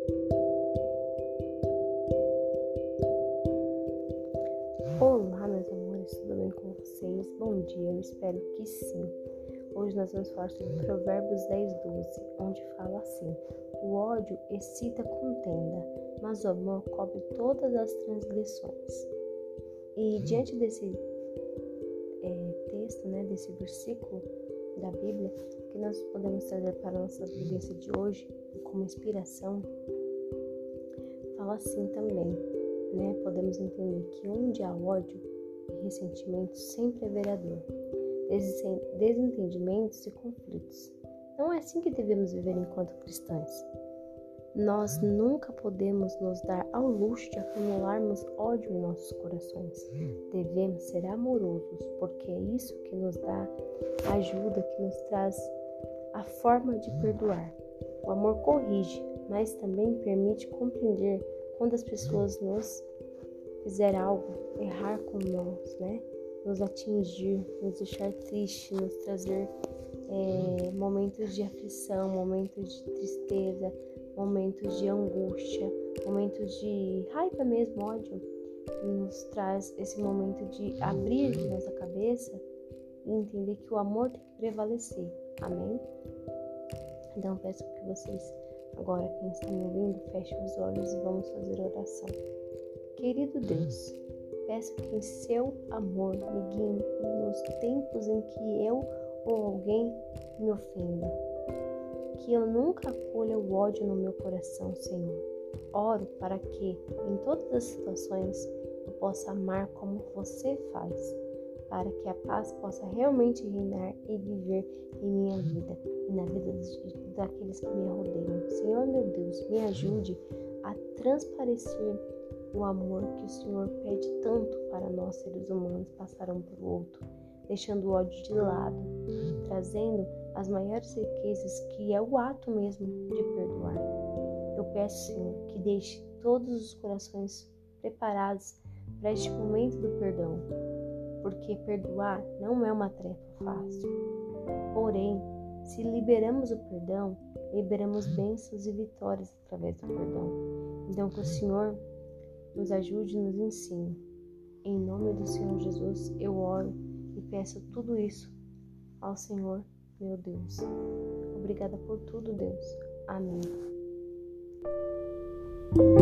Olá, meus amores, tudo bem com vocês? Bom dia, eu espero que sim. Hoje nós vamos falar sobre Provérbios 10:12, onde fala assim: o ódio excita contenda, mas o amor cobre todas as transgressões. E diante desse texto, desse versículo da Bíblia, que nós podemos trazer para a nossa vivência de hoje, como inspiração, fala assim também, podemos entender que onde há ódio e ressentimento sempre haverá dor, desentendimentos e conflitos. Não é assim que devemos viver enquanto cristãos. Nós nunca podemos nos dar ao luxo de acumularmos ódio em nossos corações. Devemos ser amorosos, porque é isso que nos dá ajuda, que nos traz a forma de perdoar. O amor corrige, mas também permite compreender quando as pessoas nos fizer algo, errar com nós, nos atingir, nos deixar triste, nos trazer momentos de aflição, momentos de tristeza, momentos de angústia, momentos de raiva mesmo, ódio, nos traz esse momento de abrir nossa cabeça e entender que o amor tem que prevalecer. Amém? Então peço que vocês, agora quem está me ouvindo, fechem os olhos e vamos fazer oração. Querido Deus, peço que em seu amor me guie nos tempos em que eu ou alguém me ofenda. Que eu nunca acolha o ódio no meu coração, Senhor. Oro para que, em todas as situações, eu possa amar como você faz, para que a paz possa realmente reinar e viver em minha vida e na vida daqueles que me rodeiam. Senhor, meu Deus, me ajude a transparecer o amor que o Senhor pede tanto para nós, seres humanos, passar um para o outro, deixando o ódio de lado, trazendo as maiores riquezas, que é o ato mesmo de perdoar. Eu peço, Senhor, que deixe todos os corações preparados para este momento do perdão, porque perdoar não é uma tarefa fácil. Porém, se liberamos o perdão, liberamos bênçãos e vitórias através do perdão. Então, que o Senhor nos ajude e nos ensine. Em nome do Senhor Jesus, eu oro e peço tudo isso ao Senhor, meu Deus. Obrigada por tudo, Deus. Amém.